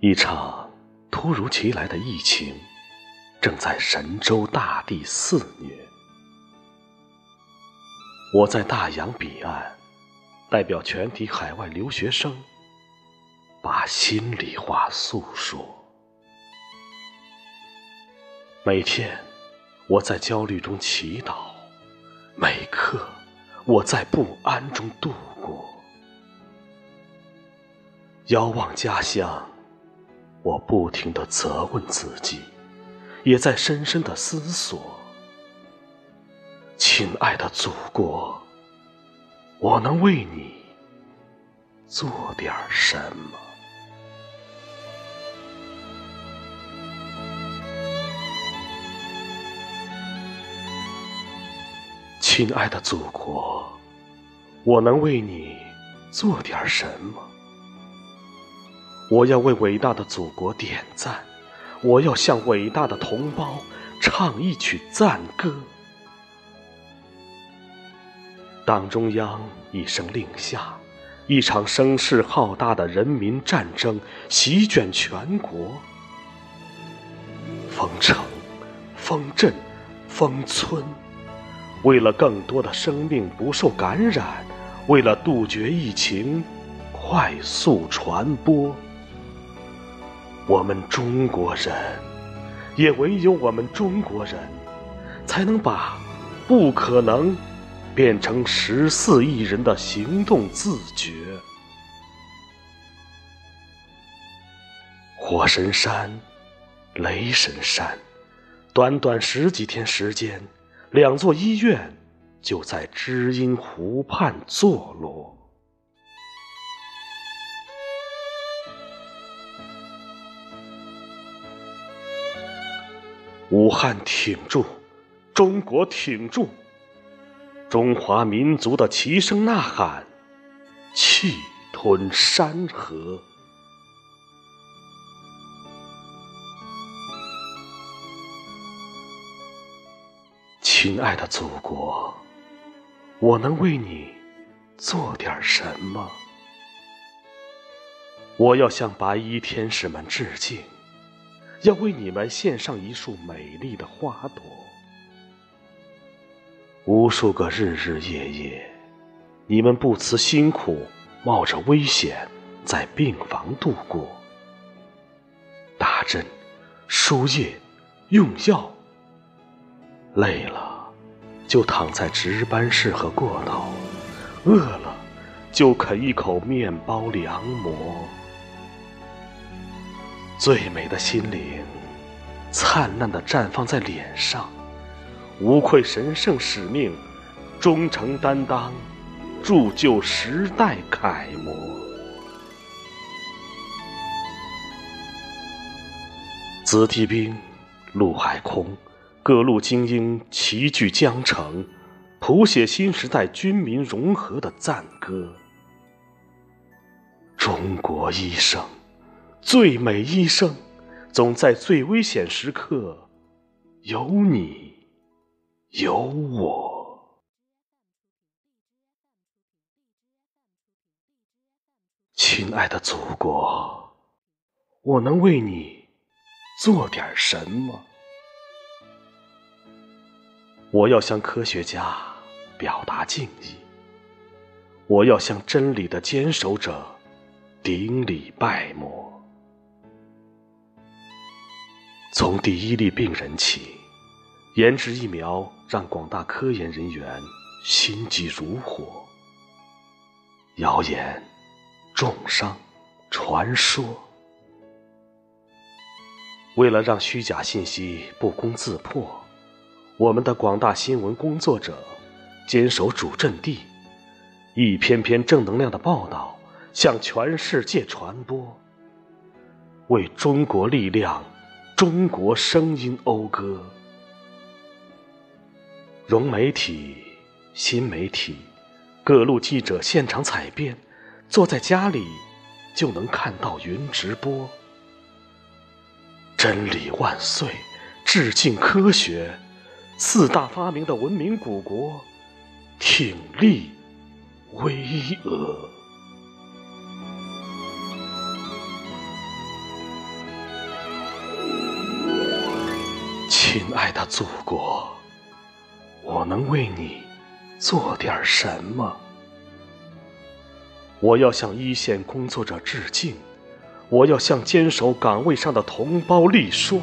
一场突如其来的疫情正在神州大地肆虐。我在大洋彼岸，代表全体海外留学生，把心里话诉说。每天我在焦虑中祈祷，每刻我在不安中度过。遥望家乡，我不停地责问自己，也在深深地思索：亲爱的祖国，我能为你做点什么？亲爱的祖国，我能为你做点什么？我要为伟大的祖国点赞，我要向伟大的同胞唱一曲赞歌。党中央一声令下，一场声势浩大的人民战争席卷全国。封城、封镇、封村，为了更多的生命不受感染，为了杜绝疫情快速传播，我们中国人，也唯有我们中国人，才能把不可能变成14亿人的行动自觉。火神山、雷神山，短短10几天时间，2座医院就在知音湖畔坐落。武汉挺住，中国挺住！中华民族的齐声呐喊，气吞山河。亲爱的祖国，我能为你做点什么？我要向白衣天使们致敬，要为你们献上一束美丽的花朵。无数个日日夜夜，你们不辞辛苦，冒着危险在病房度过。打针、输液、用药，累了就躺在值班室和过道，饿了就啃一口面包凉馍。最美的心灵灿烂地绽放在脸上，无愧神圣使命，忠诚担当，铸就时代楷模。子弟兵，陆海空，各路精英齐聚江城，谱写新时代军民融合的赞歌。中国医生，最美医生，总在最危险时刻有你有我。亲爱的祖国，我能为你做点什么？我要向科学家表达敬意，我要向真理的坚守者顶礼拜膜。从第一例病人起，研制疫苗让广大科研人员心急如火。谣言、重伤、传说，为了让虚假信息不攻自破，我们的广大新闻工作者坚守主阵地，一篇篇正能量的报道向全世界传播，为中国力量、中国声音讴歌。融媒体、新媒体、各路记者现场采编，坐在家里就能看到云直播。真理万岁，致敬科学，4大发明的文明古国挺立巍峨。 亲爱的祖国，我能为你做点什么？我要向一线工作者致敬，我要向坚守岗位上的同胞力说：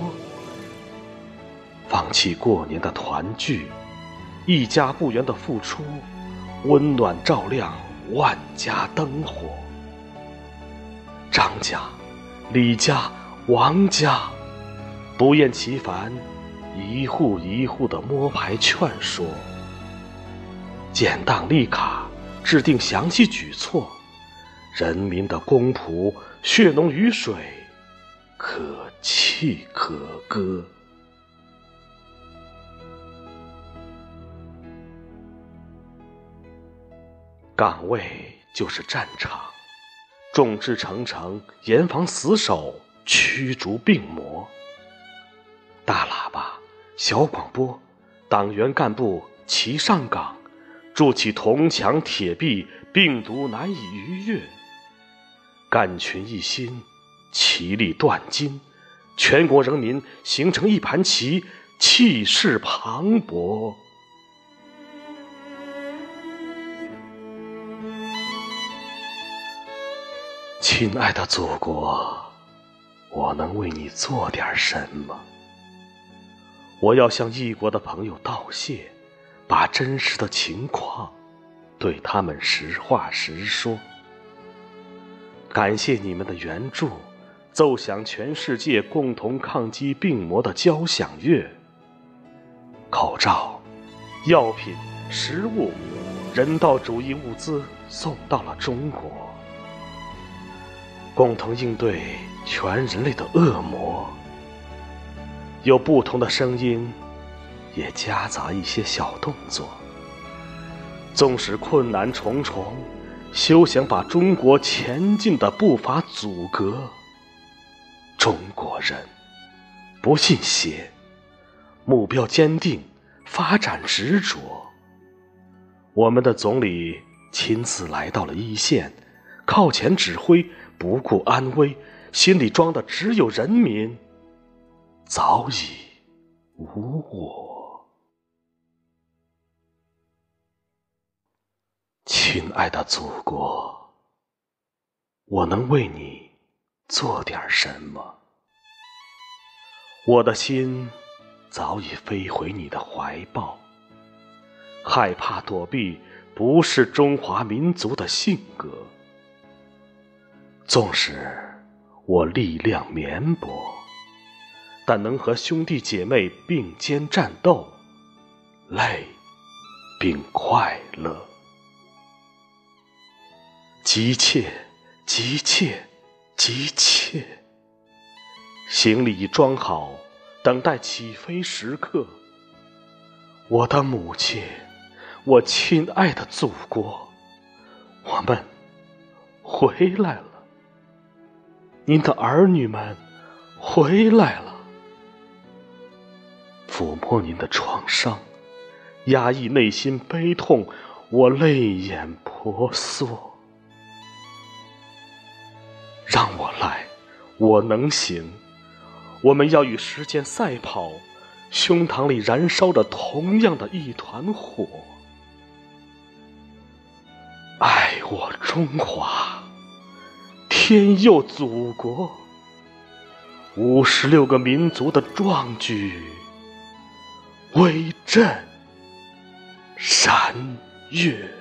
放弃过年的团聚，一家不圆的付出，温暖照亮万家灯火。张家、李家、王家，不厌其烦，一户一户的摸排劝说，建档立卡，制定详细举措，人民的公仆血浓于水，可泣可歌。岗位就是战场，众志成城，严防死守，驱逐病魔。大喇叭、小广播，党员干部齐上岗，筑起铜墙铁壁，病毒难以逾越。干群一心，其利断金，全国人民形成一盘棋，气势磅礴。亲爱的祖国，我能为你做点什么？我要向异国的朋友道谢，把真实的情况对他们实话实说。感谢你们的援助，奏响全世界共同抗击病魔的交响乐。口罩、药品、食物、人道主义物资送到了中国，共同应对全人类的恶魔。有不同的声音，也夹杂一些小动作。纵使困难重重，休想把中国前进的步伐阻隔。中国人不信邪，目标坚定，发展执着。我们的总理亲自来到了一线，靠前指挥，不顾安危，心里装的只有人民，早已无我。亲爱的祖国，我能为你做点什么？我的心早已飞回你的怀抱，害怕躲避不是中华民族的性格。纵使我力量绵薄，但能和兄弟姐妹并肩战斗，累并快乐。急切，急切，急切！行李已装好，等待起飞时刻。我的母亲，我亲爱的祖国，我们回来了。您的儿女们回来了。抚摸您的创伤，压抑内心悲痛，我泪眼婆娑。让我来，我能行。我们要与时间赛跑，胸膛里燃烧着同样的一团火。爱我中华，天佑祖国，56个民族的壮举，威震山岳。